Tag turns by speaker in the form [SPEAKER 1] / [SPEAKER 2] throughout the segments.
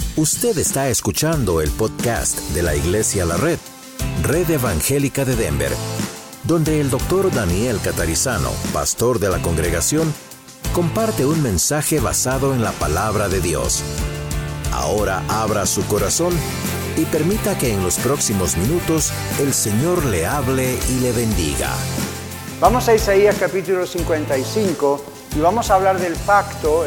[SPEAKER 1] Usted está escuchando el podcast de la Iglesia La Red, Red Evangélica de Denver, donde el Dr. Daniel Catarizano, pastor de la congregación, comparte un mensaje basado en la palabra de Dios. Ahora abra su corazón y permita que en los próximos minutos el Señor le hable y le bendiga.
[SPEAKER 2] Vamos a Isaías capítulo 55 y vamos a hablar del pacto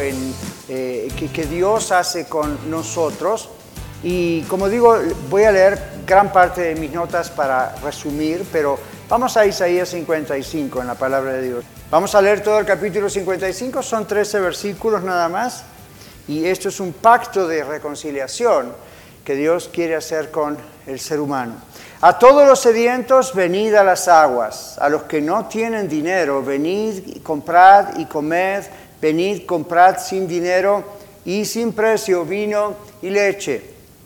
[SPEAKER 2] que Dios hace con nosotros. Y como digo, voy a leer gran parte de mis notas para resumir, pero vamos a Isaías 55 en la palabra de Dios. Vamos a leer todo el capítulo 55, son 13 versículos nada más. Y esto es un pacto de reconciliación que Dios quiere hacer con el ser humano. A todos los sedientos, venid a las aguas. A los que no tienen dinero, venid, comprad y comed. Venid, comprad sin dinero y sin precio vino y leche.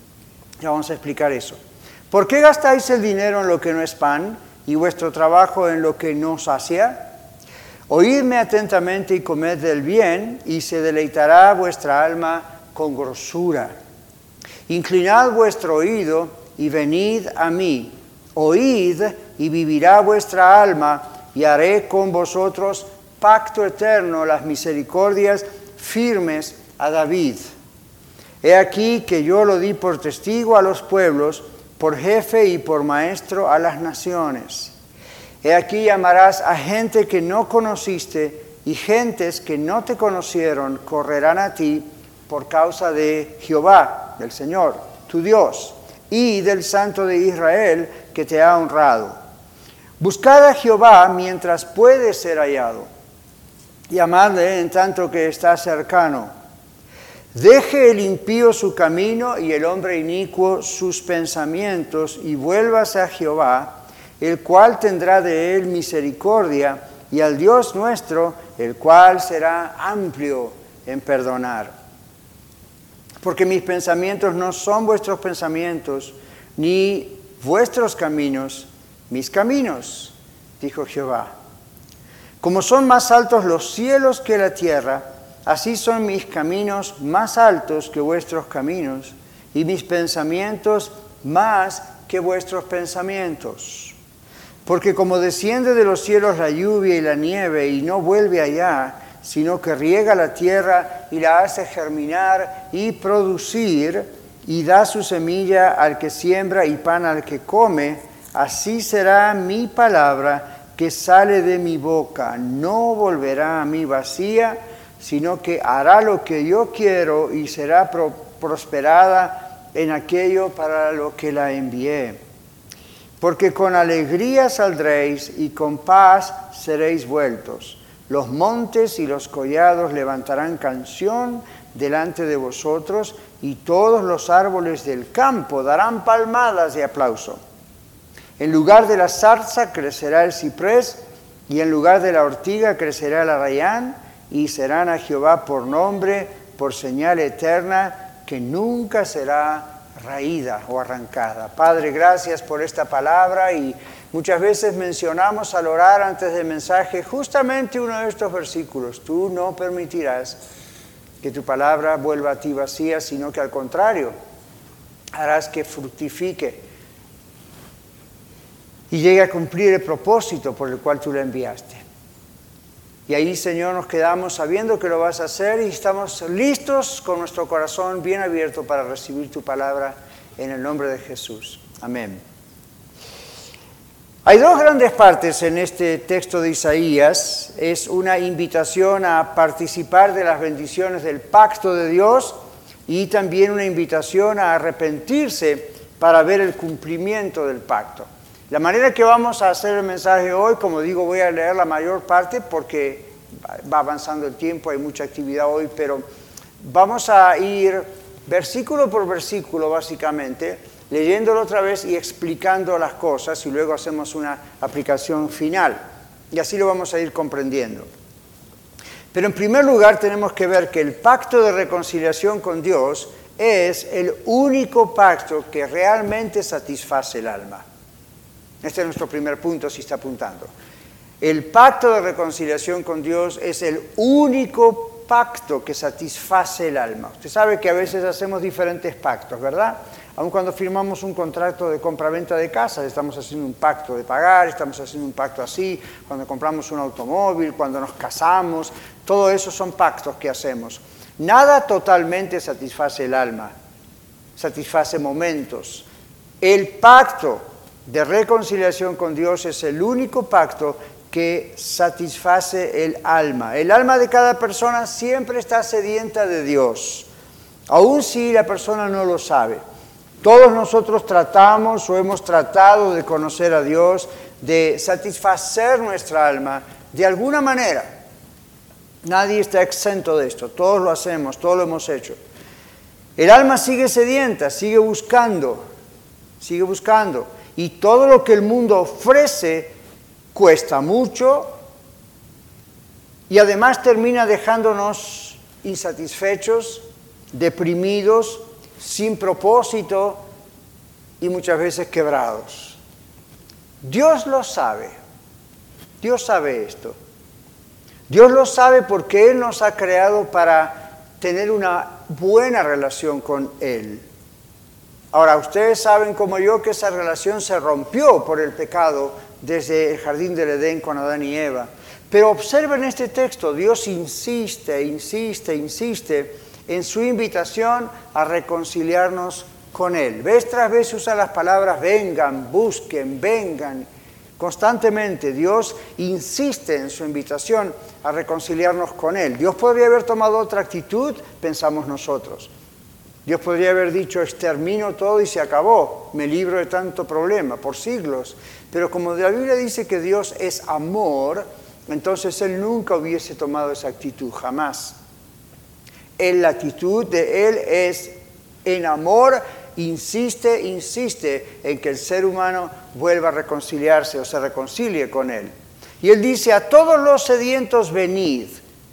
[SPEAKER 2] Ya vamos a explicar eso. ¿Por qué gastáis el dinero en lo que no es pan y vuestro trabajo en lo que no sacia? Oídme atentamente y comed del bien, y se deleitará vuestra alma con grosura. Inclinad vuestro oído y venid a mí. Oíd y vivirá vuestra alma, y haré con vosotros pacto eterno, las misericordias firmes a David. He aquí que yo lo di por testigo a los pueblos, por jefe y por maestro a las naciones. He aquí llamarás a gente que no conociste, y gentes que no te conocieron correrán a ti por causa de Jehová, del Señor, tu Dios, y del Santo de Israel que te ha honrado. Buscad a Jehová mientras puede ser hallado. Llamadle en tanto que está cercano. Deje el impío su camino y el hombre inicuo sus pensamientos, y vuélvase a Jehová, el cual tendrá de él misericordia, y al Dios nuestro, el cual será amplio en perdonar. Porque mis pensamientos no son vuestros pensamientos, ni vuestros caminos mis caminos, dijo Jehová. Como son más altos los cielos que la tierra, así son mis caminos más altos que vuestros caminos, y mis pensamientos más que vuestros pensamientos. Porque como desciende de los cielos la lluvia y la nieve, y no vuelve allá, sino que riega la tierra y la hace germinar y producir, y da su semilla al que siembra y pan al que come, así será mi palabra que sale de mi boca. No volverá a mí vacía, sino que hará lo que yo quiero y será prosperada en aquello para lo que la envié. Porque con alegría saldréis y con paz seréis vueltos. Los montes y los collados levantarán canción delante de vosotros, y todos los árboles del campo darán palmadas de aplauso. En lugar de la zarza crecerá el ciprés, y en lugar de la ortiga crecerá el arrayán, y serán a Jehová por nombre, por señal eterna, que nunca será raída o arrancada. Padre, gracias por esta palabra, y muchas veces mencionamos al orar antes del mensaje justamente uno de estos versículos. Tú no permitirás que tu palabra vuelva a ti vacía, sino que al contrario, harás que fructifique y llegue a cumplir el propósito por el cual tú la enviaste. Y ahí, Señor, nos quedamos sabiendo que lo vas a hacer, y estamos listos con nuestro corazón bien abierto para recibir tu palabra en el nombre de Jesús. Amén. Hay dos grandes partes en este texto de Isaías. Es una invitación a participar de las bendiciones del pacto de Dios, y también una invitación a arrepentirse para ver el cumplimiento del pacto. La manera que vamos a hacer el mensaje hoy, como digo, voy a leer la mayor parte porque va avanzando el tiempo, hay mucha actividad hoy, pero vamos a ir versículo por versículo básicamente, leyéndolo otra vez y explicando las cosas, y luego hacemos una aplicación final. Y así lo vamos a ir comprendiendo. Pero en primer lugar tenemos que ver que el pacto de reconciliación con Dios es el único pacto que realmente satisface el alma. Este es nuestro primer punto, si está apuntando. El pacto de reconciliación con Dios es el único pacto que satisface el alma. Usted sabe que a veces hacemos diferentes pactos, ¿verdad? Aun cuando firmamos un contrato de compra-venta de casas, estamos haciendo un pacto de pagar, estamos haciendo un pacto así, cuando compramos un automóvil, cuando nos casamos, todo eso son pactos que hacemos. Nada totalmente satisface el alma, satisface momentos. El pacto de reconciliación con Dios es el único pacto que satisface el alma. El alma de cada persona siempre está sedienta de Dios, aun si la persona no lo sabe. Todos nosotros tratamos o hemos tratado de conocer a Dios, de satisfacer nuestra alma de alguna manera. Nadie está exento de esto, todos lo hacemos, todos lo hemos hecho. El alma sigue sedienta, sigue buscando, y todo lo que el mundo ofrece cuesta mucho y además termina dejándonos insatisfechos, deprimidos, sin propósito y muchas veces quebrados. Dios lo sabe. Dios sabe esto. Dios lo sabe porque Él nos ha creado para tener una buena relación con Él. Ahora, ustedes saben como yo que esa relación se rompió por el pecado desde el jardín del Edén con Adán y Eva. Pero observen este texto, Dios insiste en su invitación a reconciliarnos con Él. Vez tras vez usa las palabras vengan, busquen, vengan. Constantemente Dios insiste en su invitación a reconciliarnos con Él. Dios podría haber tomado otra actitud, pensamos nosotros. Dios podría haber dicho extermino todo y se acabó, me libro de tanto problema por siglos. Pero como la Biblia dice que Dios es amor, entonces Él nunca hubiese tomado esa actitud, jamás. La actitud de Él es en amor, insiste en que el ser humano vuelva a reconciliarse o se reconcilie con Él. Y Él dice, a todos los sedientos venid.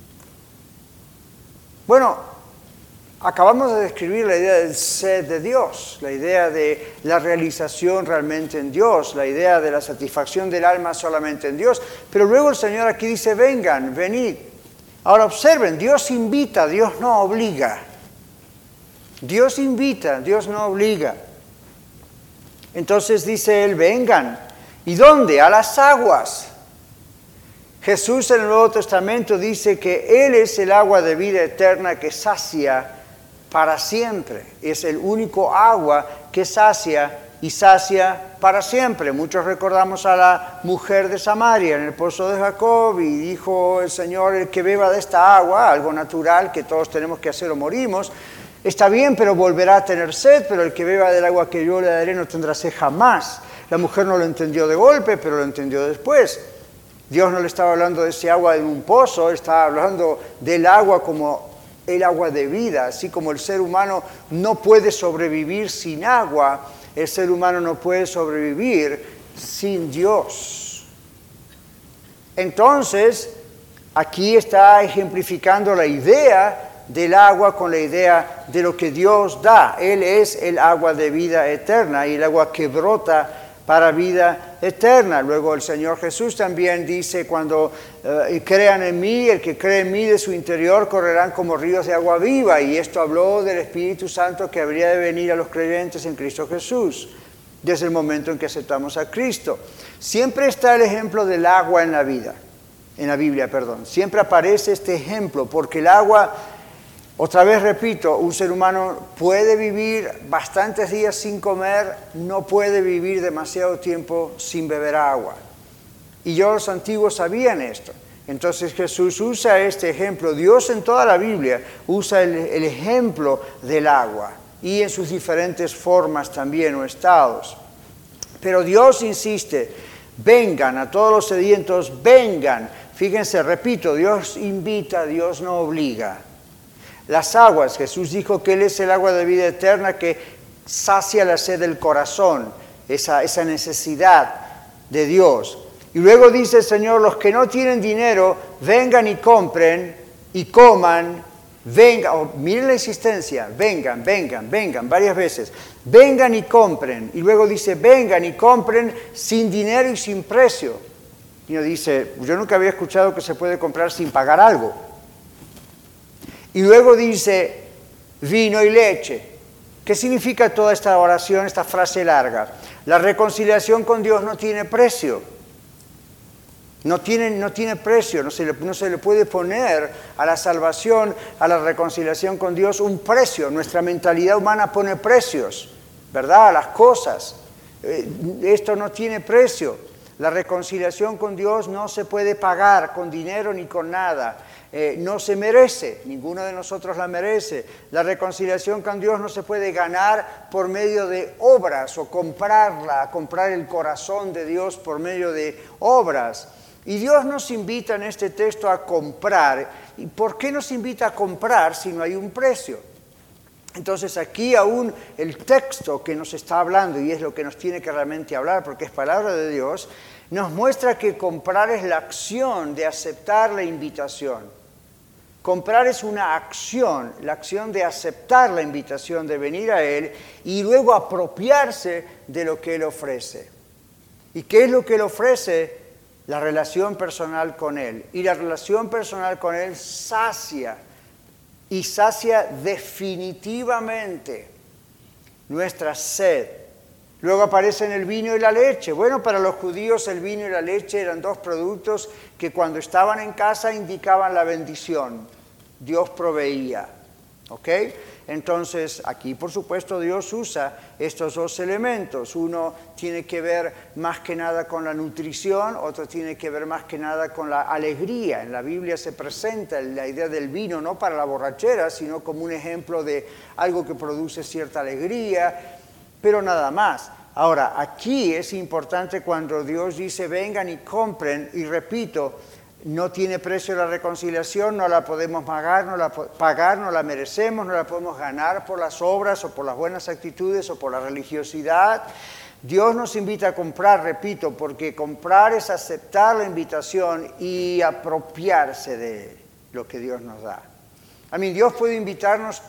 [SPEAKER 2] Bueno, acabamos de describir la idea del sed de Dios, la idea de la realización realmente en Dios, la idea de la satisfacción del alma solamente en Dios. Pero luego el Señor aquí dice, vengan, venid. Ahora observen, Dios invita, Dios no obliga. Dios invita, Dios no obliga. Entonces dice Él, vengan. ¿Y dónde? A las aguas. Jesús en el Nuevo Testamento dice que Él es el agua de vida eterna que sacia para siempre. Es el único agua que sacia y sacia para siempre. Muchos recordamos a la mujer de Samaria en el pozo de Jacob y dijo el Señor, el que beba de esta agua, algo natural que todos tenemos que hacer o morimos, está bien, pero volverá a tener sed, pero el que beba del agua que yo le daré no tendrá sed jamás. La mujer no lo entendió de golpe, pero lo entendió después. Dios no le estaba hablando de ese agua en un pozo, estaba hablando del agua como el agua de vida. Así como el ser humano no puede sobrevivir sin agua, el ser humano no puede sobrevivir sin Dios. Entonces, aquí está ejemplificando la idea del agua con la idea de lo que Dios da. Él es el agua de vida eterna y el agua que brota para vida eterna. Luego el Señor Jesús también dice, cuando crean en mí, el que cree en mí de su interior correrán como ríos de agua viva. Y esto habló del Espíritu Santo que habría de venir a los creyentes en Cristo Jesús, desde el momento en que aceptamos a Cristo. Siempre está el ejemplo del agua en la vida, en la Biblia, perdón. Siempre aparece este ejemplo, porque el agua, otra vez repito, un ser humano puede vivir bastantes días sin comer, no puede vivir demasiado tiempo sin beber agua. Y los antiguos sabían esto. Entonces Jesús usa este ejemplo. Dios en toda la Biblia usa el ejemplo del agua y en sus diferentes formas también o estados. Pero Dios insiste, vengan a todos los sedientos, vengan. Fíjense, repito, Dios invita, Dios no obliga. Las aguas, Jesús dijo que Él es el agua de vida eterna que sacia la sed del corazón, esa necesidad de Dios. Y luego dice el Señor, los que no tienen dinero, vengan y compren y coman, vengan, miren la insistencia, vengan, varias veces, vengan y compren. Y luego dice, vengan y compren sin dinero y sin precio. Y uno dice, yo nunca había escuchado que se puede comprar sin pagar algo. Y luego dice vino y leche. ¿Qué significa toda esta oración, esta frase larga? La reconciliación con Dios no tiene precio. No tiene precio, no se le puede poner a la salvación, a la reconciliación con Dios un precio. Nuestra mentalidad humana pone precios, ¿verdad? A las cosas. Esto no tiene precio. La reconciliación con Dios no se puede pagar con dinero ni con nada. No se merece, ninguno de nosotros la merece. La reconciliación con Dios no se puede ganar por medio de obras o comprar el corazón de Dios por medio de obras. Y Dios nos invita en este texto a comprar. ¿Y por qué nos invita a comprar si no hay un precio? Entonces aquí aún el texto que nos está hablando, y es lo que nos tiene que realmente hablar porque es palabra de Dios, nos muestra que comprar es la acción de aceptar la invitación. Comprar es una acción, la acción de aceptar la invitación, de venir a Él y luego apropiarse de lo que Él ofrece. ¿Y qué es lo que Él ofrece? La relación personal con Él. Y la relación personal con Él sacia, y sacia definitivamente nuestra sed. Luego aparecen el vino y la leche. Bueno, para los judíos el vino y la leche eran dos productos que cuando estaban en casa indicaban la bendición. Dios proveía. ¿Ok? Entonces, aquí por supuesto Dios usa estos dos elementos. Uno tiene que ver más que nada con la nutrición, otro tiene que ver más que nada con la alegría. En la Biblia se presenta la idea del vino no para la borrachera, sino como un ejemplo de algo que produce cierta alegría, pero nada más. Ahora, aquí es importante cuando Dios dice vengan y compren, y repito, no tiene precio la reconciliación, no la podemos pagar, no la merecemos, no la podemos ganar por las obras o por las buenas actitudes o por la religiosidad. Dios nos invita a comprar, repito, porque comprar es aceptar la invitación y apropiarse de lo que Dios nos da. Dios puede invitarnos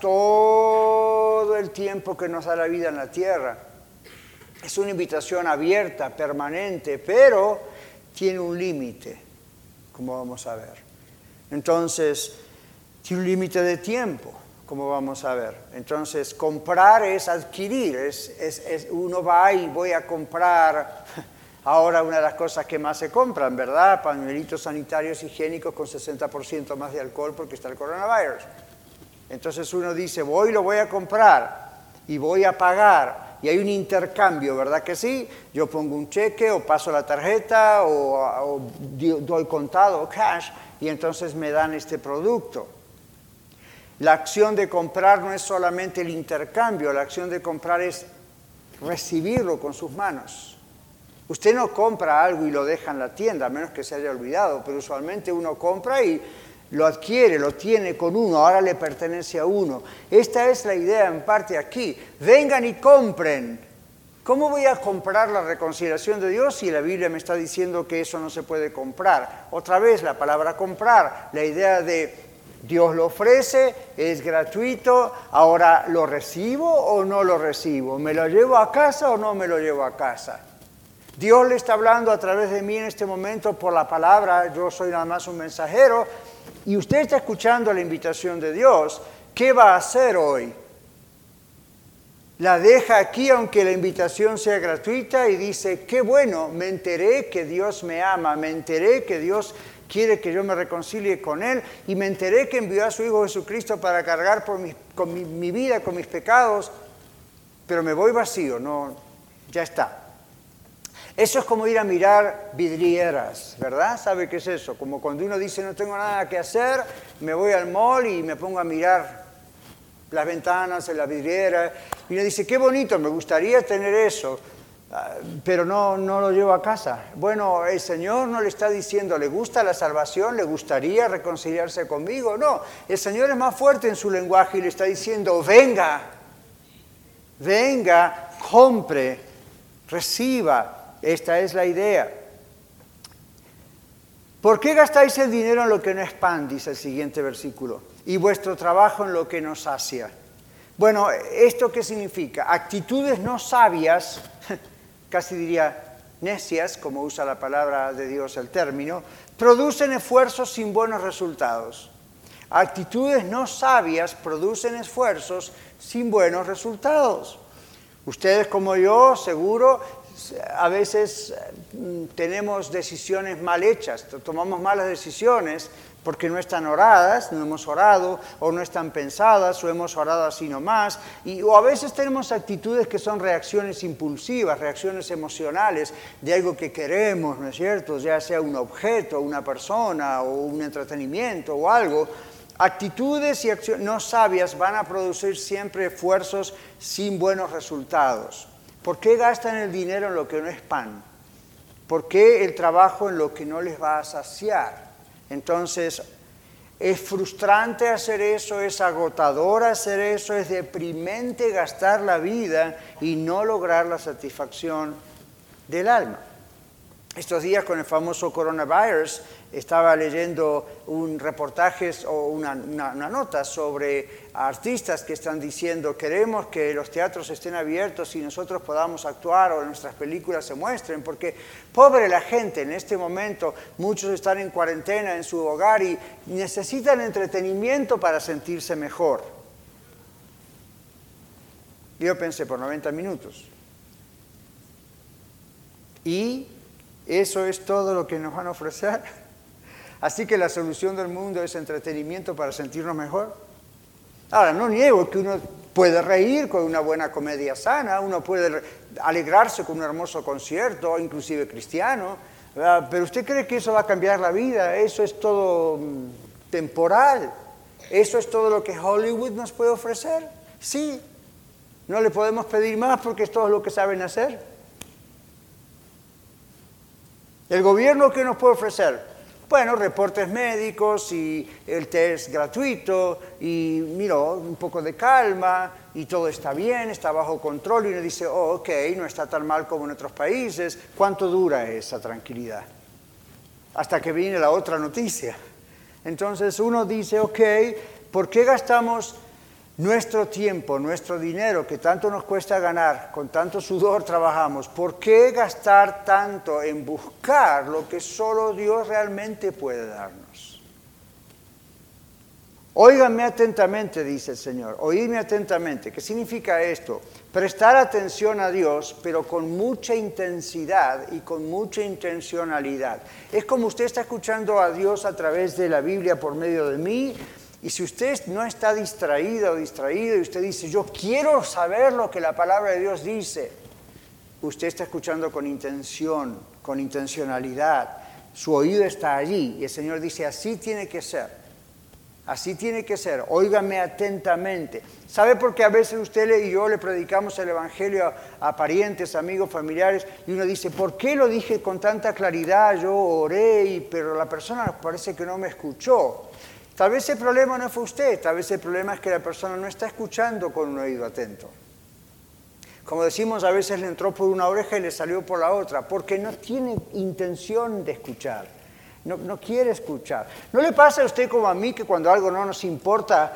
[SPEAKER 2] todo el tiempo que nos da la vida en la tierra. Es una invitación abierta, permanente, pero tiene un límite, como vamos a ver. Entonces, tiene un límite de tiempo, como vamos a ver. Entonces, comprar es adquirir, uno va y voy a comprar, ahora una de las cosas que más se compran, ¿verdad? Pañuelitos sanitarios higiénicos con 60% más de alcohol porque está el coronavirus. Entonces uno dice, lo voy a comprar y voy a pagar. Y hay un intercambio, ¿verdad que sí? Yo pongo un cheque o paso la tarjeta o doy contado o cash y entonces me dan este producto. La acción de comprar no es solamente el intercambio, la acción de comprar es recibirlo con sus manos. Usted no compra algo y lo deja en la tienda, a menos que se haya olvidado, pero usualmente uno compra y lo adquiere, lo tiene con uno, ahora le pertenece a uno. Esta es la idea en parte aquí. Vengan y compren. ¿Cómo voy a comprar la reconciliación de Dios si la Biblia me está diciendo que eso no se puede comprar? Otra vez la palabra comprar, la idea de Dios lo ofrece, es gratuito, ahora ¿lo recibo o no lo recibo? ¿Me lo llevo a casa o no me lo llevo a casa? Dios le está hablando a través de mí en este momento por la palabra, yo soy nada más un mensajero, y usted está escuchando la invitación de Dios. ¿Qué va a hacer hoy? La deja aquí aunque la invitación sea gratuita y dice, qué bueno, me enteré que Dios me ama, me enteré que Dios quiere que yo me reconcilie con Él y me enteré que envió a su Hijo Jesucristo para cargar con mi vida, con mis pecados, pero me voy vacío, no, ya está. Eso es como ir a mirar vidrieras, ¿verdad? ¿Sabe qué es eso? Como cuando uno dice no tengo nada que hacer, me voy al mall y me pongo a mirar las ventanas en la vidriera. Y uno dice, qué bonito, me gustaría tener eso, pero no lo llevo a casa. Bueno, el Señor no le está diciendo, ¿le gusta la salvación? ¿Le gustaría reconciliarse conmigo? No, el Señor es más fuerte en su lenguaje y le está diciendo, venga, compre, reciba. Esta es la idea. ¿Por qué gastáis el dinero en lo que no es pan? Dice el siguiente versículo. Y vuestro trabajo en lo que no sacia. Bueno, ¿esto qué significa? Actitudes no sabias, casi diría necias, como usa la palabra de Dios el término, producen esfuerzos sin buenos resultados. Actitudes no sabias producen esfuerzos sin buenos resultados. Ustedes como yo, seguro, a veces tenemos decisiones mal hechas, tomamos malas decisiones porque no están oradas, no hemos orado, o no están pensadas, o hemos orado así nomás, o a veces tenemos actitudes que son reacciones impulsivas, reacciones emocionales de algo que queremos, ¿no es cierto? Ya sea un objeto, una persona, o un entretenimiento, o algo. Actitudes y acciones no sabias van a producir siempre esfuerzos sin buenos resultados. ¿Por qué gastan el dinero en lo que no es pan? ¿Por qué el trabajo en lo que no les va a saciar? Entonces, es frustrante hacer eso, es agotador hacer eso, es deprimente gastar la vida y no lograr la satisfacción del alma. Estos días con el famoso coronavirus estaba leyendo un reportaje o una nota sobre artistas que están diciendo queremos que los teatros estén abiertos y nosotros podamos actuar o nuestras películas se muestren, porque pobre la gente en este momento, muchos están en cuarentena en su hogar y necesitan entretenimiento para sentirse mejor. Yo pensé por 90 minutos. Y eso es todo lo que nos van a ofrecer. Así que la solución del mundo es entretenimiento para sentirnos mejor. Ahora, no niego que uno puede reír con una buena comedia sana, uno puede alegrarse con un hermoso concierto, inclusive cristiano, ¿verdad? Pero ¿usted cree que eso va a cambiar la vida? Eso es todo temporal. ¿Eso es todo lo que Hollywood nos puede ofrecer? Sí. No le podemos pedir más porque es todo lo que saben hacer. ¿El gobierno qué nos puede ofrecer? Bueno, reportes médicos y el test gratuito y, mira, un poco de calma y todo está bien, está bajo control y uno dice, oh, ok, no está tan mal como en otros países. ¿Cuánto dura esa tranquilidad? Hasta que viene la otra noticia. Entonces uno dice, ok, ¿por qué gastamos nuestro tiempo, nuestro dinero que tanto nos cuesta ganar, con tanto sudor trabajamos? ¿Por qué gastar tanto en buscar lo que solo Dios realmente puede darnos? Óiganme atentamente, dice el Señor, oídme atentamente. ¿Qué significa esto? Prestar atención a Dios, pero con mucha intensidad y con mucha intencionalidad. Es como usted está escuchando a Dios a través de la Biblia por medio de mí. Y si usted no está distraída o distraído y usted dice, yo quiero saber lo que la palabra de Dios dice, usted está escuchando con intención, con intencionalidad. Su oído está allí y el Señor dice, así tiene que ser. Así tiene que ser. Óigame atentamente. ¿Sabe por qué a veces usted y yo le predicamos el Evangelio a parientes, amigos, familiares y uno dice, ¿por qué lo dije con tanta claridad? Yo oré, pero la persona parece que no me escuchó. Tal vez el problema no fue usted, tal vez el problema es que la persona no está escuchando con un oído atento. Como decimos, a veces le entró por una oreja y le salió por la otra, porque no tiene intención de escuchar, no quiere escuchar. ¿No le pasa a usted como a mí que cuando algo no nos importa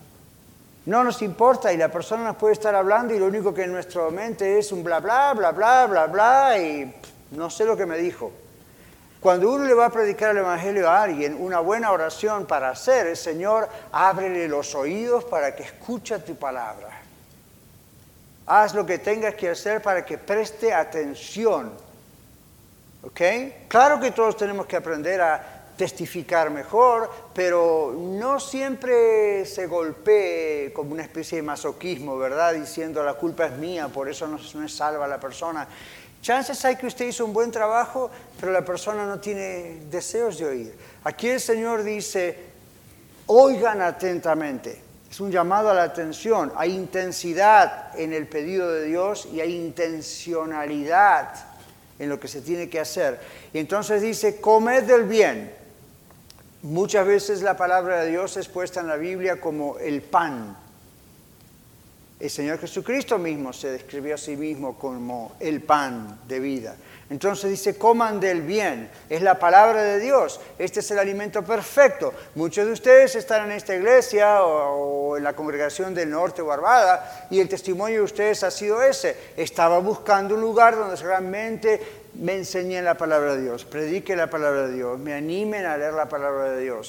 [SPEAKER 2] y la persona nos puede estar hablando y lo único que en nuestra mente es un bla, bla, bla, bla, bla, bla y no sé lo que me dijo? Cuando uno le va a predicar el Evangelio a alguien, una buena oración para hacer es, Señor, ábrele los oídos para que escuche tu palabra. Haz lo que tengas que hacer para que preste atención. ¿Ok? Claro que todos tenemos que aprender a testificar mejor, pero no siempre se golpee como una especie de masoquismo, ¿verdad? Diciendo la culpa es mía, por eso no es salva la persona. Chances hay que usted hizo un buen trabajo, pero la persona no tiene deseos de oír. Aquí el Señor dice, oigan atentamente. Es un llamado a la atención. Hay intensidad en el pedido de Dios y hay intencionalidad en lo que se tiene que hacer. Y entonces dice, comed del bien. Muchas veces la palabra de Dios es puesta en la Biblia como el pan. El Señor Jesucristo mismo se describió a sí mismo como el pan de vida. Entonces dice, coman del bien. Es la palabra de Dios. Este es el alimento perfecto. Muchos de ustedes están en esta iglesia o en la congregación del norte o Barbada y el testimonio de ustedes ha sido ese. Estaba buscando un lugar donde realmente me enseñen la palabra de Dios, predique la palabra de Dios, me animen a leer la palabra de Dios.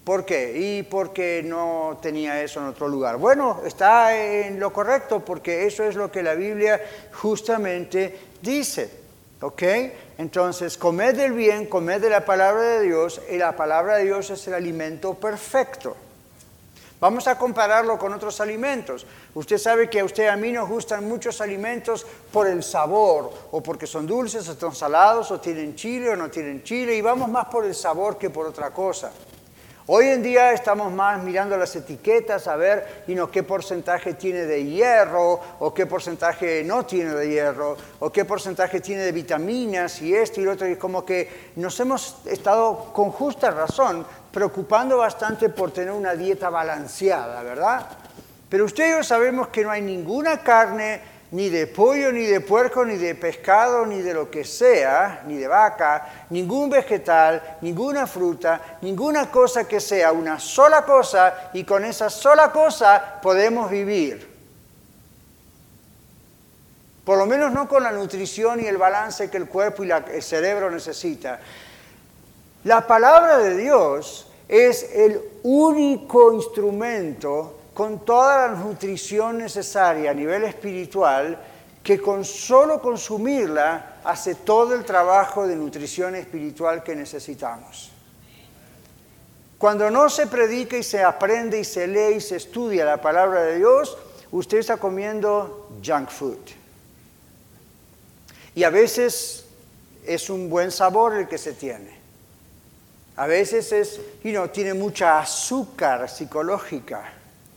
[SPEAKER 2] ¿Por qué? ¿Y por qué no tenía eso en otro lugar? Bueno, está en lo correcto porque eso es lo que la Biblia justamente dice. ¿Ok? Entonces, comed del bien, comed de la palabra de Dios, y la palabra de Dios es el alimento perfecto. Vamos a compararlo con otros alimentos. Usted sabe que a usted y a mí nos gustan muchos alimentos por el sabor, o porque son dulces, o son salados, o tienen chile, o no tienen chile, y vamos más por el sabor que por otra cosa. Hoy en día estamos más mirando las etiquetas a ver qué porcentaje tiene de hierro, o qué porcentaje no tiene de hierro, o qué porcentaje tiene de vitaminas, y esto y lo otro, y como que nos hemos estado con justa razón preocupando bastante por tener una dieta balanceada, ¿verdad? Pero usted y yo sabemos que no hay ninguna carne, ni de pollo, ni de puerco, ni de pescado, ni de lo que sea, ni de vaca, ningún vegetal, ninguna fruta, ninguna cosa que sea una sola cosa, y con esa sola cosa podemos vivir. Por lo menos no con la nutrición y el balance que el cuerpo y el cerebro necesita. La palabra de Dios es el único instrumento con toda la nutrición necesaria a nivel espiritual, que con solo consumirla hace todo el trabajo de nutrición espiritual que necesitamos. Cuando no se predica y se aprende y se lee y se estudia la palabra de Dios, usted está comiendo junk food. Y a veces es un buen sabor el que se tiene. A veces tiene mucha azúcar psicológica.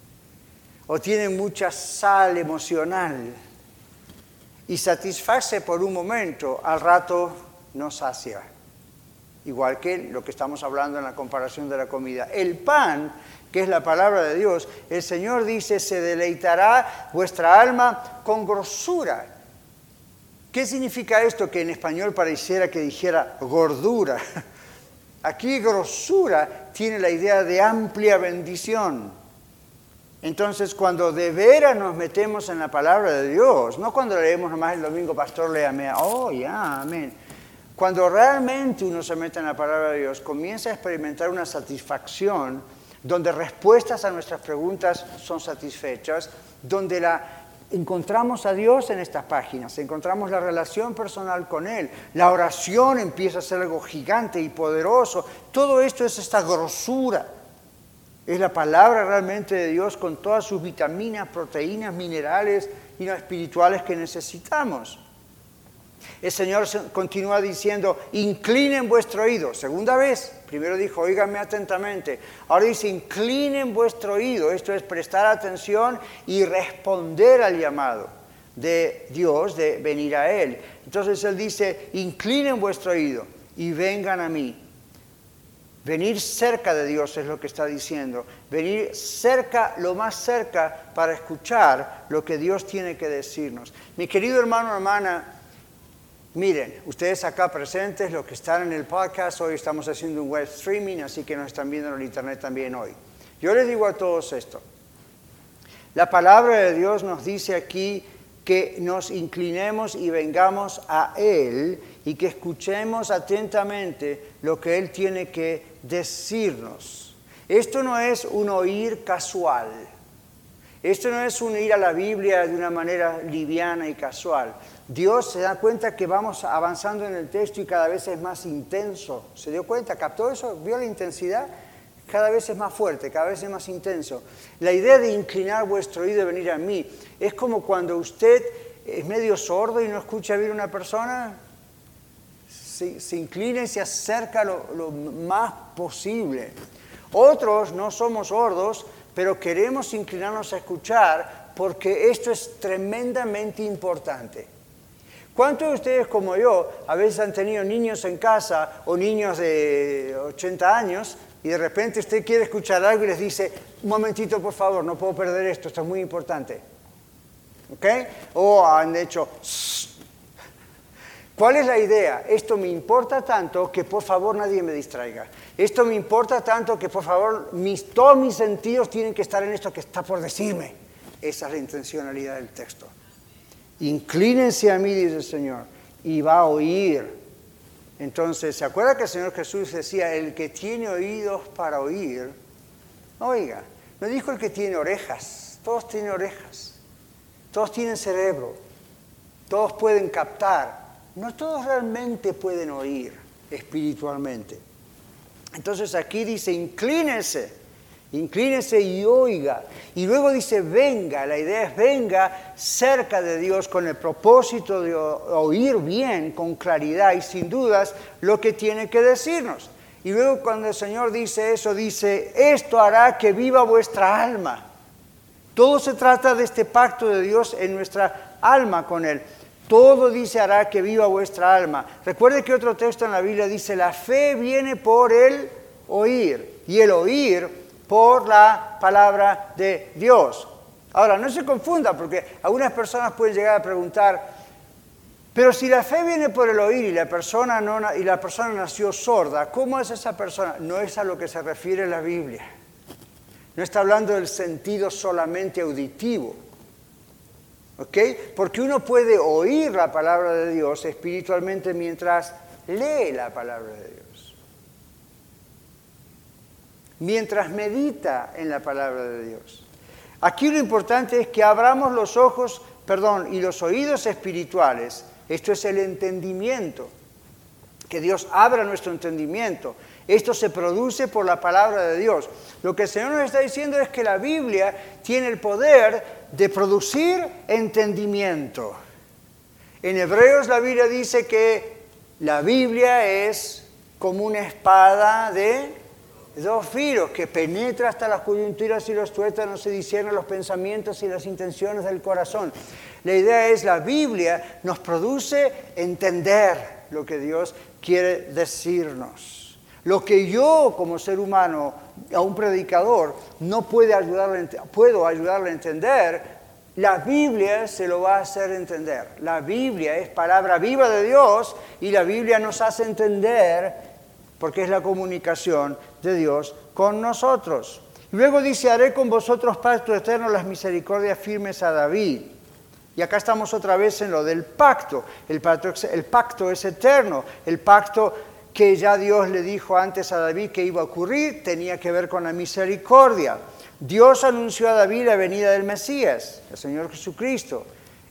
[SPEAKER 2] O tiene mucha sal emocional y satisface por un momento, al rato no sacia. Igual que lo que estamos hablando en la comparación de la comida. El pan, que es la palabra de Dios, el Señor dice, se deleitará vuestra alma con grosura. ¿Qué significa esto? Que en español pareciera que dijera gordura. Aquí grosura tiene la idea de amplia bendición. Entonces, cuando de veras nos metemos en la palabra de Dios, no cuando leemos nomás el domingo, pastor, léame, amén. Cuando realmente uno se mete en la palabra de Dios, comienza a experimentar una satisfacción, donde respuestas a nuestras preguntas son satisfechas, donde encontramos a Dios en estas páginas, encontramos la relación personal con Él, la oración empieza a ser algo gigante y poderoso. Todo esto es esta grosura. Es la palabra realmente de Dios con todas sus vitaminas, proteínas, minerales y los espirituales que necesitamos. El Señor continúa diciendo, inclinen vuestro oído. Segunda vez, primero dijo, óiganme atentamente. Ahora dice, inclinen vuestro oído. Esto es prestar atención y responder al llamado de Dios de venir a Él. Entonces Él dice, inclinen vuestro oído y vengan a mí. Venir cerca de Dios es lo que está diciendo. Venir cerca, lo más cerca, para escuchar lo que Dios tiene que decirnos. Mi querido hermano, hermana, miren, ustedes acá presentes, los que están en el podcast, hoy estamos haciendo un web streaming, así que nos están viendo en el internet también hoy. Yo les digo a todos esto. La palabra de Dios nos dice aquí que nos inclinemos y vengamos a Él y que escuchemos atentamente lo que Él tiene que decirnos. Esto no es un oír casual. Esto no es un ir a la Biblia de una manera liviana y casual. Dios se da cuenta que vamos avanzando en el texto y cada vez es más intenso. ¿Se dio cuenta? ¿Captó eso? ¿Vio la intensidad? Cada vez es más fuerte, cada vez es más intenso. La idea de inclinar vuestro oído y venir a mí es como cuando usted es medio sordo y no escucha bien a una persona. Se inclina y se acerca lo más posible. Otros no somos sordos, pero queremos inclinarnos a escuchar porque esto es tremendamente importante. ¿Cuántos de ustedes como yo a veces han tenido niños en casa o niños de 80 años y de repente usted quiere escuchar algo y les dice, un momentito por favor, no puedo perder esto es muy importante? ¿Ok? O han hecho, shh. ¿Cuál es la idea? Esto me importa tanto que por favor nadie me distraiga. Esto me importa tanto que por favor todos mis sentidos tienen que estar en esto que está por decirme. Esa es la intencionalidad del texto. Inclínense a mí, dice el Señor, y va a oír. Entonces, ¿se acuerda que el Señor Jesús decía, el que tiene oídos para oír? Oiga, no dijo el que tiene orejas. Todos tienen orejas. Todos tienen cerebro. Todos pueden captar. No todos realmente pueden oír espiritualmente. Entonces aquí dice, inclínese y oiga. Y luego dice, venga. La idea es venga cerca de Dios con el propósito de oír bien, con claridad y sin dudas lo que tiene que decirnos. Y luego cuando el Señor dice eso, dice, esto hará que viva vuestra alma. Todo se trata de este pacto de Dios en nuestra alma con Él. Todo dice hará que viva vuestra alma. Recuerde que otro texto en la Biblia dice, la fe viene por el oír. Y el oír por la palabra de Dios. Ahora, no se confunda, porque algunas personas pueden llegar a preguntar, pero si la fe viene por el oír y la persona nació sorda, ¿cómo es esa persona? No es a lo que se refiere la Biblia. No está hablando del sentido solamente auditivo. ¿Ok? Porque uno puede oír la palabra de Dios espiritualmente mientras lee la palabra de Dios. Mientras medita en la palabra de Dios. Aquí lo importante es que abramos los ojos, y los oídos espirituales. Esto es el entendimiento. Que Dios abra nuestro entendimiento. Esto se produce por la palabra de Dios. Lo que el Señor nos está diciendo es que la Biblia tiene el poder de producir entendimiento. En Hebreos la Biblia dice que la Biblia es como una espada de 2 filos que penetra hasta las coyunturas y los tuétanos y discierne los pensamientos y las intenciones del corazón. La idea es la Biblia nos produce entender lo que Dios quiere decirnos. Lo que yo como ser humano, a un predicador, no puedo ayudarle a entender, la Biblia se lo va a hacer entender. La Biblia es palabra viva de Dios y la Biblia nos hace entender porque es la comunicación de Dios con nosotros. Luego dice, haré con vosotros pacto eterno, las misericordias firmes a David. Y acá estamos otra vez en lo del pacto. El pacto es eterno. El pacto que ya Dios le dijo antes a David que iba a ocurrir tenía que ver con la misericordia. Dios anunció a David la venida del Mesías, el Señor Jesucristo.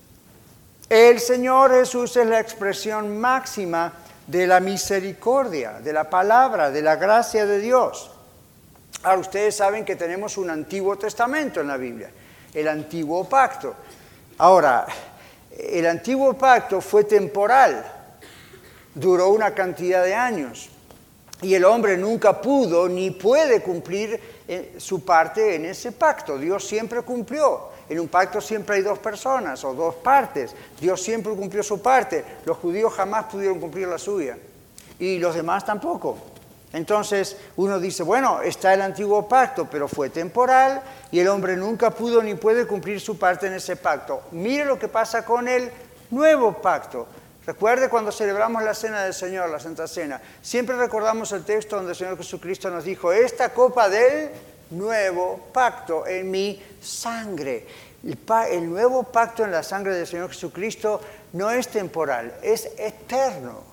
[SPEAKER 2] El Señor Jesús es la expresión máxima de la misericordia, de la palabra, de la gracia de Dios. Ahora, ustedes saben que tenemos un Antiguo Testamento en la Biblia, el Antiguo Pacto. Ahora, el Antiguo Pacto fue temporal, duró una cantidad de años y el hombre nunca pudo ni puede cumplir su parte en ese pacto. Dios siempre cumplió. En un pacto siempre hay 2 personas o 2 partes. Dios siempre cumplió su parte. Los judíos jamás pudieron cumplir la suya y los demás tampoco. Entonces uno dice, bueno, está el antiguo pacto, pero fue temporal y el hombre nunca pudo ni puede cumplir su parte en ese pacto. Mire lo que pasa con el nuevo pacto. Recuerde cuando celebramos la Cena del Señor, la Santa Cena, siempre recordamos el texto donde el Señor Jesucristo nos dijo, esta copa del nuevo pacto en mi sangre. El nuevo pacto en la sangre del Señor Jesucristo no es temporal, es eterno.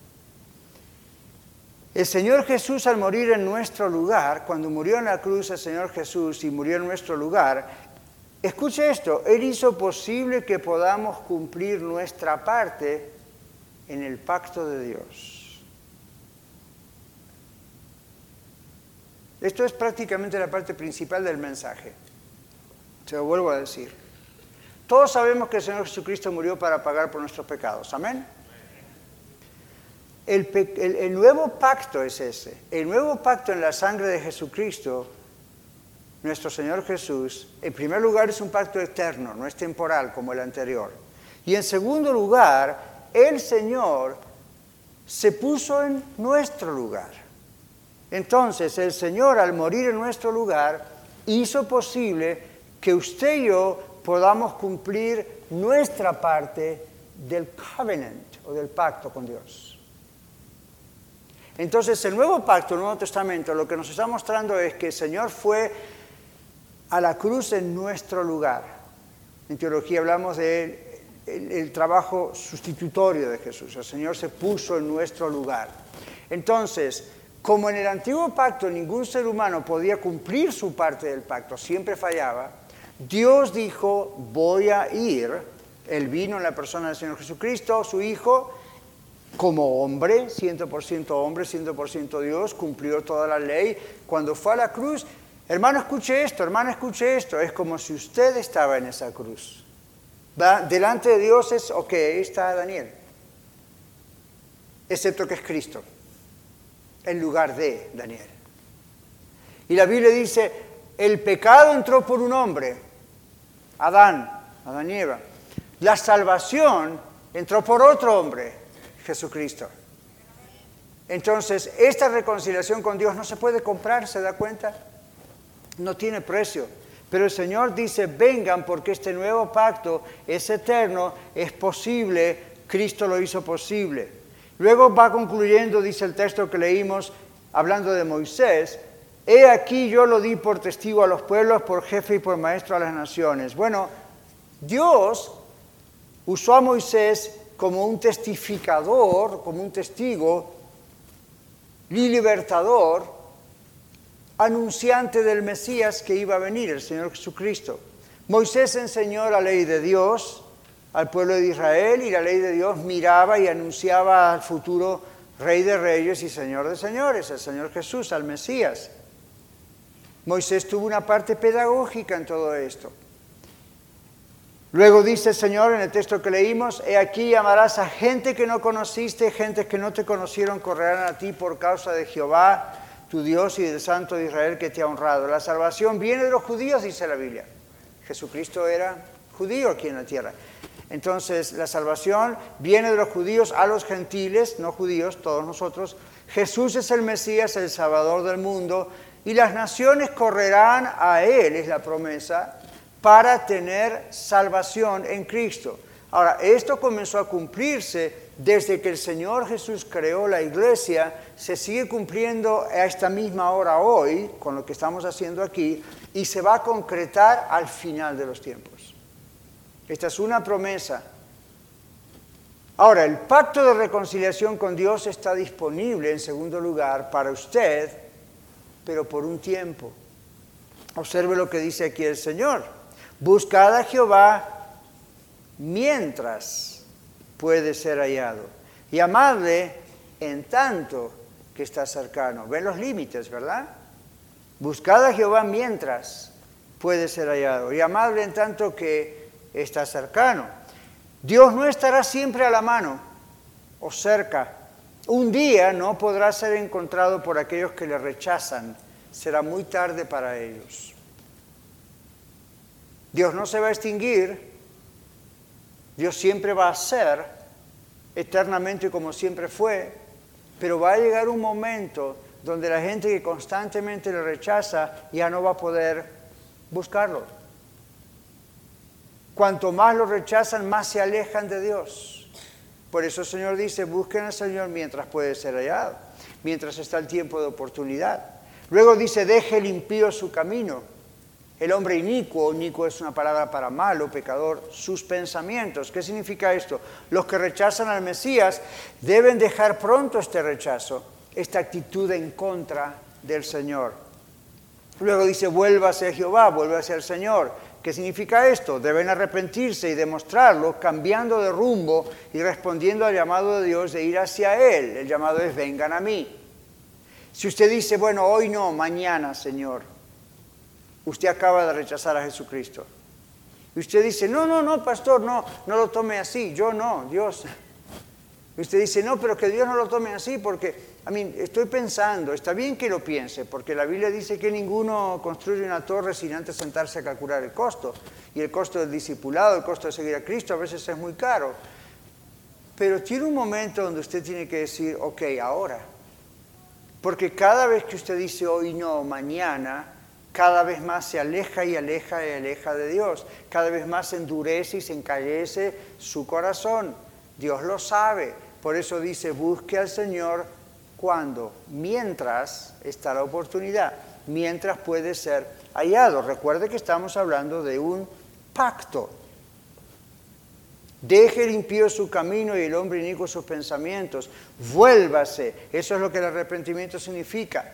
[SPEAKER 2] El Señor Jesús al morir en nuestro lugar, cuando murió en la cruz el Señor Jesús y murió en nuestro lugar, escuche esto, Él hizo posible que podamos cumplir nuestra parte en el pacto de Dios. Esto es prácticamente la parte principal del mensaje. Se lo vuelvo a decir. Todos sabemos que el Señor Jesucristo murió para pagar por nuestros pecados. ¿Amén? El nuevo pacto es ese. El nuevo pacto en la sangre de Jesucristo, nuestro Señor Jesús, en primer lugar es un pacto eterno, no es temporal como el anterior. Y en segundo lugar, el Señor se puso en nuestro lugar. Entonces, el Señor al morir en nuestro lugar hizo posible que usted y yo podamos cumplir nuestra parte del covenant o del pacto con Dios. Entonces, el nuevo pacto, el Nuevo Testamento, lo que nos está mostrando es que el Señor fue a la cruz en nuestro lugar. En teología hablamos de el trabajo sustitutorio de Jesús. El Señor se puso en nuestro lugar. Entonces, como en el antiguo pacto ningún ser humano podía cumplir su parte del pacto, siempre fallaba, Dios dijo, voy a ir. Él vino en la persona del Señor Jesucristo, su Hijo, como hombre, 100% hombre, 100% Dios, cumplió toda la ley. Cuando fue a la cruz, hermano, escuche esto, es como si usted estaba en esa cruz. ¿Va? Delante de Dios es, ok, ahí está Daniel, excepto que es Cristo, en lugar de Daniel. Y la Biblia dice, el pecado entró por un hombre, Adán y Eva. La salvación entró por otro hombre, Jesucristo. Entonces, esta reconciliación con Dios no se puede comprar, ¿se da cuenta? No tiene precio. Pero el Señor dice, vengan porque este nuevo pacto es eterno, es posible, Cristo lo hizo posible. Luego va concluyendo, dice el texto que leímos, hablando de Moisés, he aquí yo lo di por testigo a los pueblos, por jefe y por maestro a las naciones. Bueno, Dios usó a Moisés como un testificador, como un testigo y libertador, anunciante del Mesías que iba a venir, el Señor Jesucristo. Moisés enseñó la ley de Dios al pueblo de Israel y la ley de Dios miraba y anunciaba al futuro Rey de Reyes y Señor de Señores, el Señor Jesús, al Mesías. Moisés tuvo una parte pedagógica en todo esto. Luego dice el Señor en el texto que leímos, he aquí llamarás a gente que no conociste, gente que no te conocieron correrán a ti por causa de Jehová, tu Dios y del Santo de Israel que te ha honrado. La salvación viene de los judíos, dice la Biblia. Jesucristo era judío aquí en la tierra. Entonces, la salvación viene de los judíos a los gentiles, no judíos, todos nosotros. Jesús es el Mesías, el Salvador del mundo, y las naciones correrán a Él, es la promesa, para tener salvación en Cristo. Ahora, esto comenzó a cumplirse desde que el Señor Jesús creó la iglesia, se sigue cumpliendo a esta misma hora hoy, con lo que estamos haciendo aquí, y se va a concretar al final de los tiempos. Esta es una promesa. Ahora, el pacto de reconciliación con Dios está disponible, en segundo lugar, para usted, pero por un tiempo. Observe lo que dice aquí el Señor. Buscad a Jehová mientras puede ser hallado. Y amadle en tanto que está cercano. Ven los límites, ¿verdad? Buscad a Jehová mientras puede ser hallado. Y amadle en tanto que está cercano. Dios no estará siempre a la mano o cerca. Un día no podrá ser encontrado por aquellos que le rechazan. Será muy tarde para ellos. Dios no se va a extinguir. Dios siempre va a ser eternamente como siempre fue, pero va a llegar un momento donde la gente que constantemente le rechaza ya no va a poder buscarlo. Cuanto más lo rechazan, más se alejan de Dios. Por eso el Señor dice, busquen al Señor mientras puede ser hallado, mientras está el tiempo de oportunidad. Luego dice, deje el impío su camino. El hombre inicuo es una palabra para malo, pecador, sus pensamientos. ¿Qué significa esto? Los que rechazan al Mesías deben dejar pronto este rechazo, esta actitud en contra del Señor. Luego dice, vuélvase a Jehová, vuélvase al Señor. ¿Qué significa esto? Deben arrepentirse y demostrarlo, cambiando de rumbo y respondiendo al llamado de Dios de ir hacia Él. El llamado es, vengan a mí. Si usted dice, bueno, hoy no, mañana, Señor. Usted acaba de rechazar a Jesucristo. Y usted dice, no, pastor, no lo tome así. Yo no, Dios. Y usted dice, no, pero que Dios no lo tome así porque, estoy pensando, está bien que lo piense, porque la Biblia dice que ninguno construye una torre sin antes sentarse a calcular el costo. Y el costo del discipulado, el costo de seguir a Cristo a veces es muy caro. Pero tiene un momento donde usted tiene que decir, ok, ahora. Porque cada vez que usted dice hoy no, mañana, cada vez más se aleja y aleja y aleja de Dios. Cada vez más se endurece y se encallece su corazón. Dios lo sabe. Por eso dice, busque al Señor cuando, mientras está la oportunidad, mientras puede ser hallado. Recuerde que estamos hablando de un pacto. Deje el impío su camino y el hombre inicuo sus pensamientos. Vuélvase. Eso es lo que el arrepentimiento significa.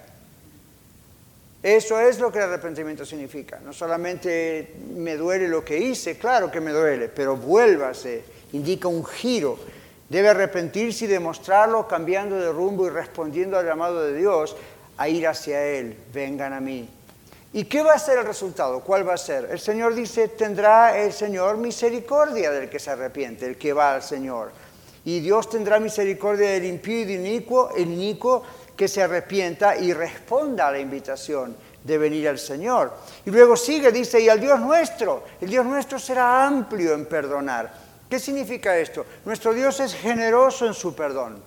[SPEAKER 2] Eso es lo que el arrepentimiento significa. No solamente me duele lo que hice, claro que me duele, pero vuélvase. Indica un giro. Debe arrepentirse y demostrarlo cambiando de rumbo y respondiendo al llamado de Dios a ir hacia Él. Vengan a mí. ¿Y qué va a ser el resultado? ¿Cuál va a ser? El Señor dice, tendrá el Señor misericordia del que se arrepiente, el que va al Señor. Y Dios tendrá misericordia del impío y del inicuo, el inicuo que se arrepienta y responda a la invitación de venir al Señor. Y luego sigue, dice, y al Dios nuestro, el Dios nuestro será amplio en perdonar. ¿Qué significa esto? Nuestro Dios es generoso en su perdón.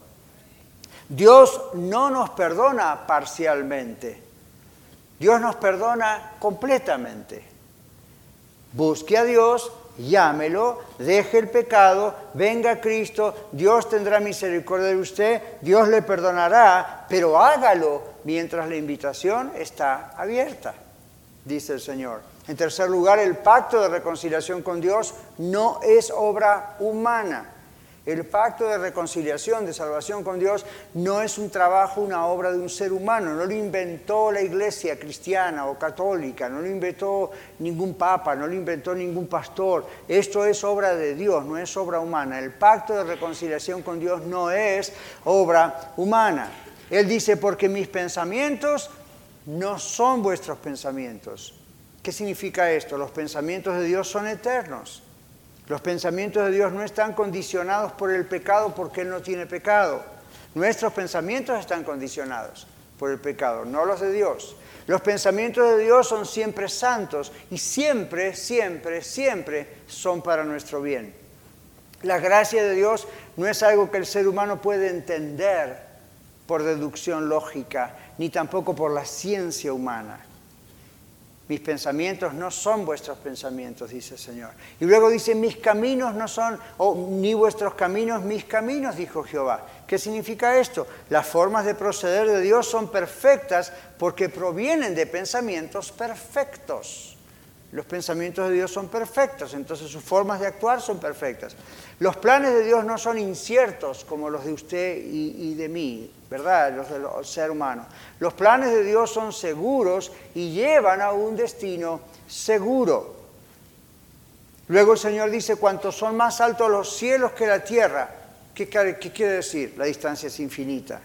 [SPEAKER 2] Dios no nos perdona parcialmente. Dios nos perdona completamente. Busque a Dios, llámelo, deje el pecado, venga a Cristo, Dios tendrá misericordia de usted, Dios le perdonará, pero hágalo mientras la invitación está abierta, dice el Señor. En tercer lugar, el pacto de reconciliación con Dios no es obra humana. El pacto de reconciliación, de salvación con Dios, no es un trabajo, una obra de un ser humano. No lo inventó la iglesia cristiana o católica, no lo inventó ningún papa, no lo inventó ningún pastor. Esto es obra de Dios, no es obra humana. El pacto de reconciliación con Dios no es obra humana. Él dice, porque mis pensamientos no son vuestros pensamientos. ¿Qué significa esto? Los pensamientos de Dios son eternos. Los pensamientos de Dios no están condicionados por el pecado porque Él no tiene pecado. Nuestros pensamientos están condicionados por el pecado, no los de Dios. Los pensamientos de Dios son siempre santos y siempre, siempre, siempre son para nuestro bien. La gracia de Dios no es algo que el ser humano puede entender por deducción lógica, ni tampoco por la ciencia humana. Mis pensamientos no son vuestros pensamientos, dice el Señor. Y luego dice, mis caminos no son, ni vuestros caminos, mis caminos, dijo Jehová. ¿Qué significa esto? Las formas de proceder de Dios son perfectas porque provienen de pensamientos perfectos. Los pensamientos de Dios son perfectos, entonces sus formas de actuar son perfectas. Los planes de Dios no son inciertos como los de usted y de mí, ¿verdad? Los del ser humano. Los planes de Dios son seguros y llevan a un destino seguro. Luego el Señor dice, cuantos son más altos los cielos que la tierra. ¿Qué quiere decir? La distancia es infinita.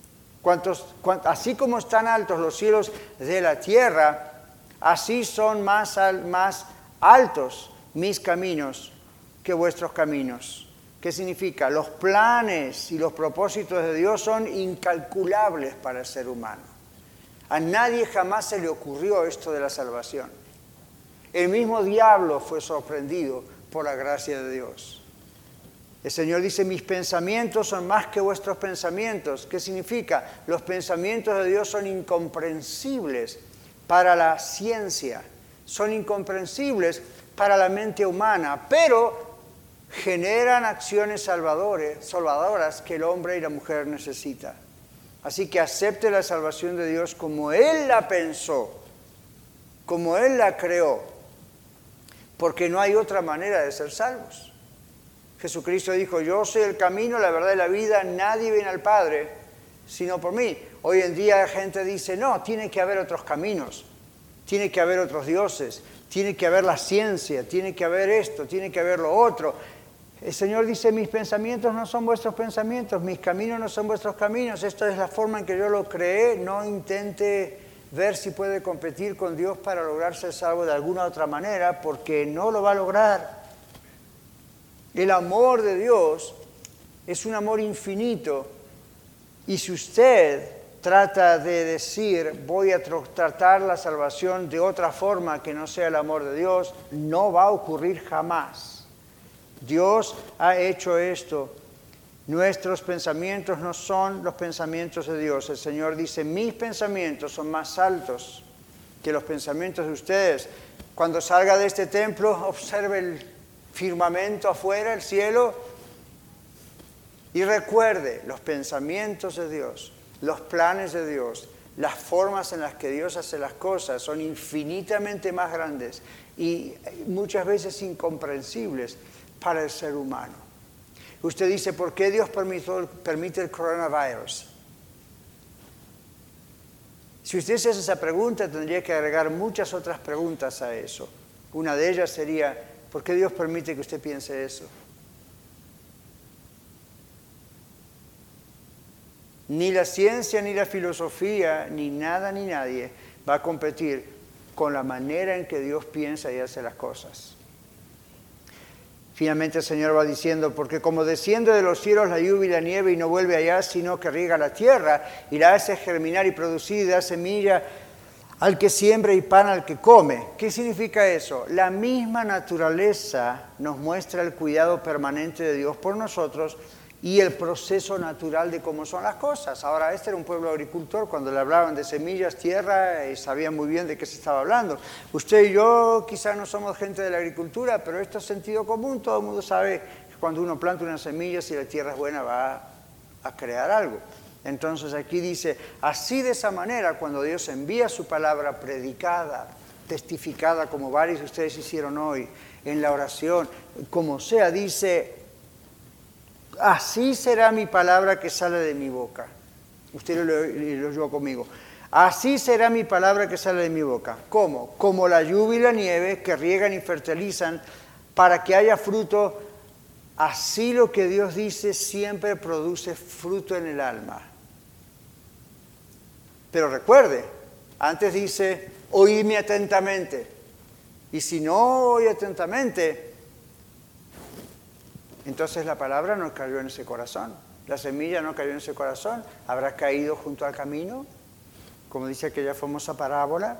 [SPEAKER 2] Así como están altos los cielos de la tierra, así son más altos mis caminos que vuestros caminos. ¿Qué significa? Los planes y los propósitos de Dios son incalculables para el ser humano. A nadie jamás se le ocurrió esto de la salvación. El mismo diablo fue sorprendido por la gracia de Dios. El Señor dice, mis pensamientos son más que vuestros pensamientos. ¿Qué significa? Los pensamientos de Dios son incomprensibles para la ciencia, son incomprensibles para la mente humana, pero generan acciones salvadoras que el hombre y la mujer necesitan. Así que acepte la salvación de Dios como Él la pensó, como Él la creó, porque no hay otra manera de ser salvos. Jesucristo dijo, yo soy el camino, la verdad y la vida, nadie viene al Padre sino por mí. Hoy en día la gente dice, no, tiene que haber otros caminos, tiene que haber otros dioses, tiene que haber la ciencia, tiene que haber esto, tiene que haber lo otro. El Señor dice, mis pensamientos no son vuestros pensamientos, mis caminos no son vuestros caminos. Esta es la forma en que yo lo creé. No intente ver si puede competir con Dios para lograr ser salvo de alguna otra manera, porque no lo va a lograr. El amor de Dios es un amor infinito. Y si usted trata de decir, voy a tratar la salvación de otra forma que no sea el amor de Dios, no va a ocurrir jamás. Dios ha hecho esto. Nuestros pensamientos no son los pensamientos de Dios. El Señor dice, mis pensamientos son más altos que los pensamientos de ustedes. Cuando salga de este templo, observe el firmamento afuera, el cielo, y recuerde los pensamientos de Dios, los planes de Dios, las formas en las que Dios hace las cosas son infinitamente más grandes y muchas veces incomprensibles para el ser humano. Usted dice, ¿por qué Dios permite el coronavirus? Si usted se hace esa pregunta, tendría que agregar muchas otras preguntas a eso. Una de ellas sería, ¿por qué Dios permite que usted piense eso? Ni la ciencia, ni la filosofía, ni nada, ni nadie va a competir con la manera en que Dios piensa y hace las cosas. Finalmente el Señor va diciendo, porque como desciende de los cielos la lluvia y la nieve y no vuelve allá, sino que riega la tierra y la hace germinar y producir y da semilla al que siembra y pan al que come. ¿Qué significa eso? La misma naturaleza nos muestra el cuidado permanente de Dios por nosotros y el proceso natural de cómo son las cosas. Ahora, este era un pueblo agricultor, cuando le hablaban de semillas, tierra, sabían muy bien de qué se estaba hablando. Usted y yo quizás no somos gente de la agricultura, pero esto es sentido común, todo el mundo sabe que cuando uno planta una semilla, si la tierra es buena, va a crear algo. Entonces aquí dice, así de esa manera, cuando Dios envía su palabra predicada, testificada, como varios de ustedes hicieron hoy, en la oración, como sea, dice, así será mi palabra que sale de mi boca. Usted lo oyó conmigo. Así será mi palabra que sale de mi boca. ¿Cómo? Como la lluvia y la nieve que riegan y fertilizan para que haya fruto. Así lo que Dios dice siempre produce fruto en el alma. Pero recuerde, antes dice, oídme atentamente. Y si no oye atentamente, entonces la palabra no cayó en ese corazón. La semilla no cayó en ese corazón. Habrá caído junto al camino, como dice aquella famosa parábola.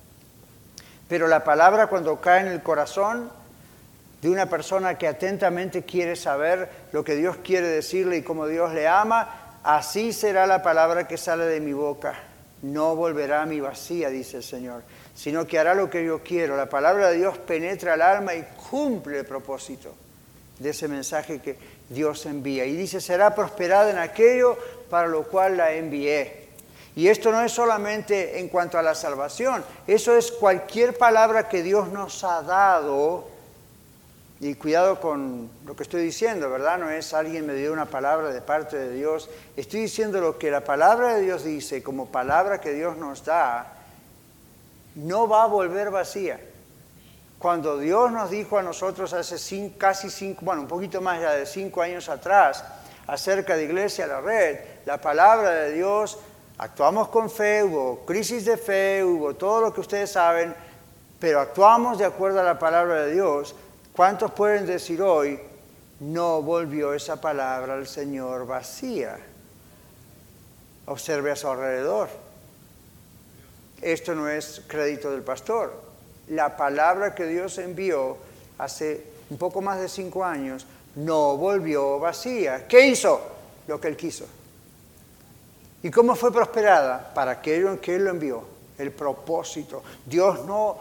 [SPEAKER 2] Pero la palabra, cuando cae en el corazón de una persona que atentamente quiere saber lo que Dios quiere decirle y cómo Dios le ama, así será la palabra que sale de mi boca. No volverá a mí vacía, dice el Señor, sino que hará lo que yo quiero. La palabra de Dios penetra el alma y cumple el propósito de ese mensaje que Dios envía. Y dice, será prosperada en aquello para lo cual la envié. Y esto no es solamente en cuanto a la salvación, eso es cualquier palabra que Dios nos ha dado. Y cuidado con lo que estoy diciendo, ¿verdad? No es alguien me dio una palabra de parte de Dios. Estoy diciendo lo que la palabra de Dios dice, como palabra que Dios nos da, no va a volver vacía. Cuando Dios nos dijo a nosotros hace un poquito más ya de 5 años atrás, acerca de Iglesia La Red, la palabra de Dios, actuamos con fe, hubo crisis de fe, hubo todo lo que ustedes saben, pero actuamos de acuerdo a la palabra de Dios. ¿Cuántos pueden decir hoy, no volvió esa palabra al Señor vacía? Observe a su alrededor. Esto no es crédito del pastor. La palabra que Dios envió hace un poco más de 5 años no volvió vacía. ¿Qué hizo? Lo que Él quiso. ¿Y cómo fue prosperada? Para aquello en que Él lo envió. El propósito. Dios no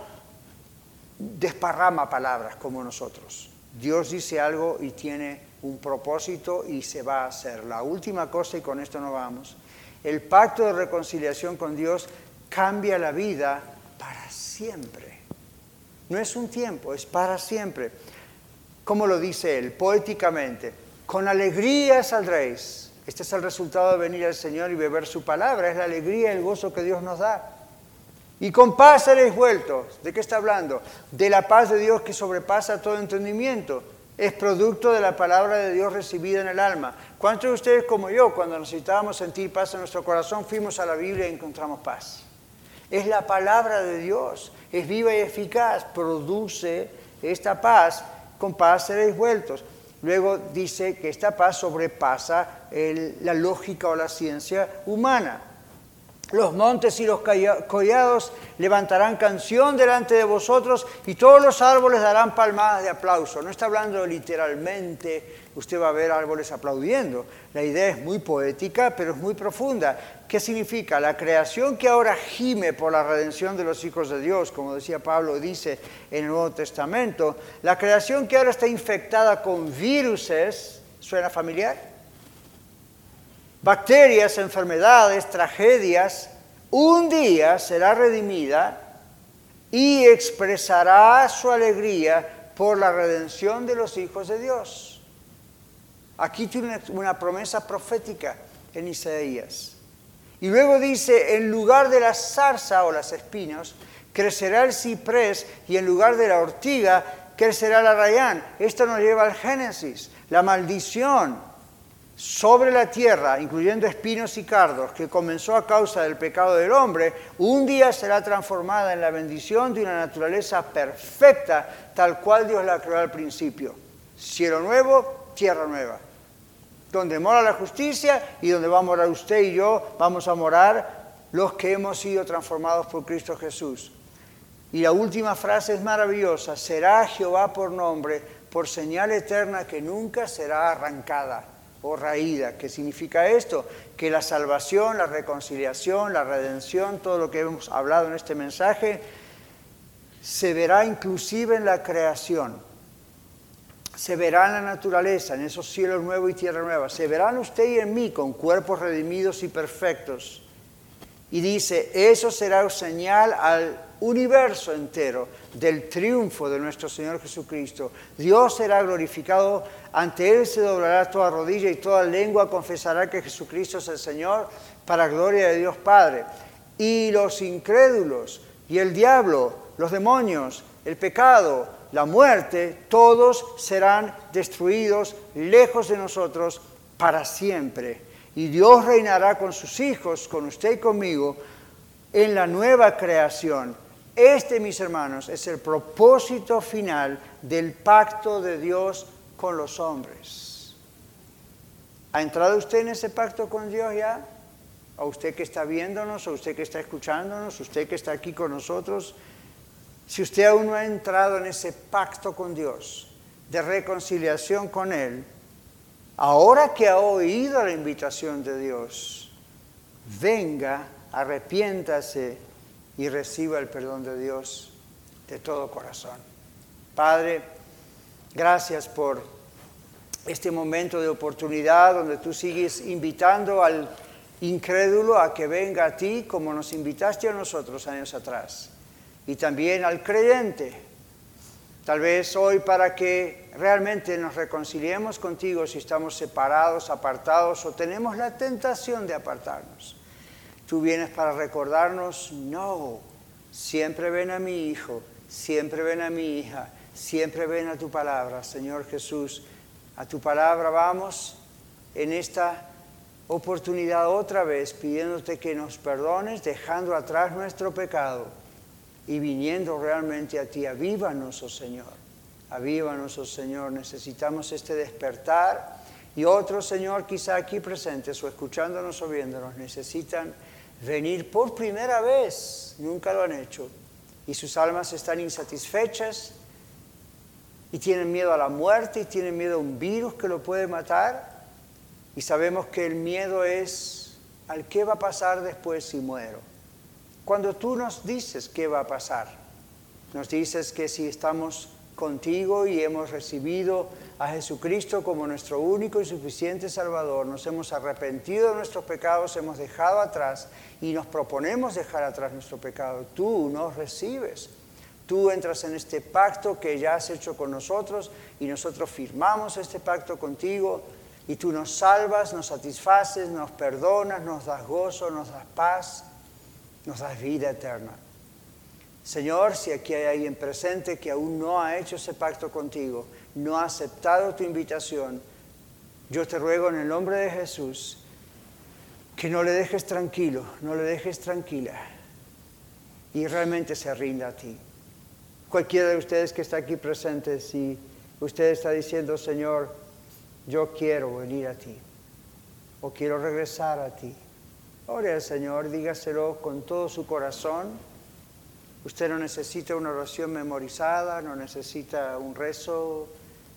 [SPEAKER 2] desparrama palabras como nosotros. Dios dice algo y tiene un propósito y se va a hacer. La última cosa, y con esto nos vamos, el pacto de reconciliación con Dios cambia la vida para siempre. No es un tiempo, es para siempre. ¿Cómo lo dice Él? Poéticamente, con alegría saldréis. Este es el resultado de venir al Señor y beber su palabra. Es la alegría y el gozo que Dios nos da. Y con paz seréis vueltos. ¿De qué está hablando? De la paz de Dios que sobrepasa todo entendimiento. Es producto de la palabra de Dios recibida en el alma. ¿Cuántos de ustedes como yo, cuando necesitábamos sentir paz en nuestro corazón, fuimos a la Biblia y encontramos paz? Es la palabra de Dios, es viva y eficaz, produce esta paz, con paz seréis vueltos. Luego dice que esta paz sobrepasa la lógica o la ciencia humana. Los montes y los collados levantarán canción delante de vosotros y todos los árboles darán palmadas de aplauso. No está hablando literalmente, usted va a ver árboles aplaudiendo. La idea es muy poética, pero es muy profunda. ¿Qué significa? La creación que ahora gime por la redención de los hijos de Dios, como decía Pablo, dice en el Nuevo Testamento, la creación que ahora está infectada con viruses, ¿suena familiar? Bacterias, enfermedades, tragedias, un día será redimida y expresará su alegría por la redención de los hijos de Dios. Aquí tiene una promesa profética en Isaías. Y luego dice, en lugar de la zarza o las espinos, crecerá el ciprés, y en lugar de la ortiga, crecerá el arrayán. Esto nos lleva al Génesis. La maldición sobre la tierra, incluyendo espinos y cardos, que comenzó a causa del pecado del hombre, un día será transformada en la bendición de una naturaleza perfecta, tal cual Dios la creó al principio. Cielo nuevo, tierra nueva. Donde mora la justicia y donde va a morar usted y yo, vamos a morar los que hemos sido transformados por Cristo Jesús. Y la última frase es maravillosa: será Jehová por nombre, por señal eterna que nunca será arrancada o raída. ¿Qué significa esto? Que la salvación, la reconciliación, la redención, todo lo que hemos hablado en este mensaje, se verá inclusive en la creación. Se verá en la naturaleza, en esos cielos nuevos y tierra nueva. Se verán usted y en mí con cuerpos redimidos y perfectos. Y dice, eso será señal al universo entero del triunfo de nuestro Señor Jesucristo. Dios será glorificado, ante Él se doblará toda rodilla y toda lengua confesará que Jesucristo es el Señor, para gloria de Dios Padre. Y los incrédulos y el diablo, los demonios, el pecado, la muerte, todos serán destruidos lejos de nosotros para siempre. Y Dios reinará con sus hijos, con usted y conmigo, en la nueva creación. Este, mis hermanos, es el propósito final del pacto de Dios con los hombres. ¿Ha entrado usted en ese pacto con Dios ya? ¿A usted que está viéndonos, a usted que está escuchándonos, a usted que está aquí con nosotros? Si usted aún no ha entrado en ese pacto con Dios, de reconciliación con Él, ahora que ha oído la invitación de Dios, venga, arrepiéntase y reciba el perdón de Dios de todo corazón. Padre, gracias por este momento de oportunidad donde tú sigues invitando al incrédulo a que venga a ti como nos invitaste a nosotros años atrás. Y también al creyente, tal vez hoy para que realmente nos reconciliemos contigo si estamos separados, apartados o tenemos la tentación de apartarnos. Tú vienes para recordarnos, no, siempre ven a mi hijo, siempre ven a mi hija, siempre ven a tu palabra, Señor Jesús. A tu palabra vamos en esta oportunidad otra vez, pidiéndote que nos perdones, dejando atrás nuestro pecado y viniendo realmente a ti. Avívanos, oh Señor, avívanos, oh Señor. Necesitamos este despertar, y otros, Señor, quizá aquí presentes o escuchándonos o viéndonos, necesitan venir por primera vez, nunca lo han hecho, y sus almas están insatisfechas y tienen miedo a la muerte y tienen miedo a un virus que lo puede matar, y sabemos que el miedo es al qué va a pasar después si muero. Cuando tú nos dices qué va a pasar, nos dices que si estamos contigo y hemos recibido a Jesucristo como nuestro único y suficiente Salvador, nos hemos arrepentido de nuestros pecados, hemos dejado atrás y nos proponemos dejar atrás nuestro pecado, tú nos recibes. Tú entras en este pacto que ya has hecho con nosotros y nosotros firmamos este pacto contigo, y tú nos salvas, nos satisfaces, nos perdonas, nos das gozo, nos das paz, nos das vida eterna. Señor, si aquí hay alguien presente que aún no ha hecho ese pacto contigo, no ha aceptado tu invitación, yo te ruego en el nombre de Jesús que no le dejes tranquilo, no le dejes tranquila y realmente se rinda a ti. Cualquiera de ustedes que está aquí presente, si usted está diciendo, Señor, yo quiero venir a ti o quiero regresar a ti, ore al Señor, dígaselo con todo su corazón. Usted no necesita una oración memorizada, no necesita un rezo.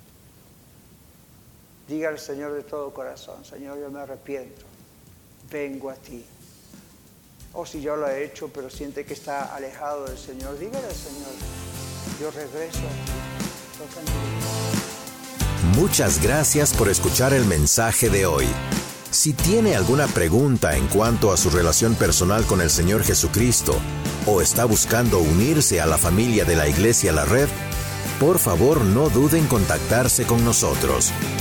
[SPEAKER 2] Diga al Señor de todo corazón, Señor, yo me arrepiento, vengo a ti. O si yo lo he hecho, pero siente que está alejado del Señor, dígale al Señor, yo regreso a ti, toca en ti.
[SPEAKER 1] Muchas gracias por escuchar el mensaje de hoy. Si tiene alguna pregunta en cuanto a su relación personal con el Señor Jesucristo o está buscando unirse a la familia de la Iglesia La Red, Por favor, no duden en contactarse con nosotros.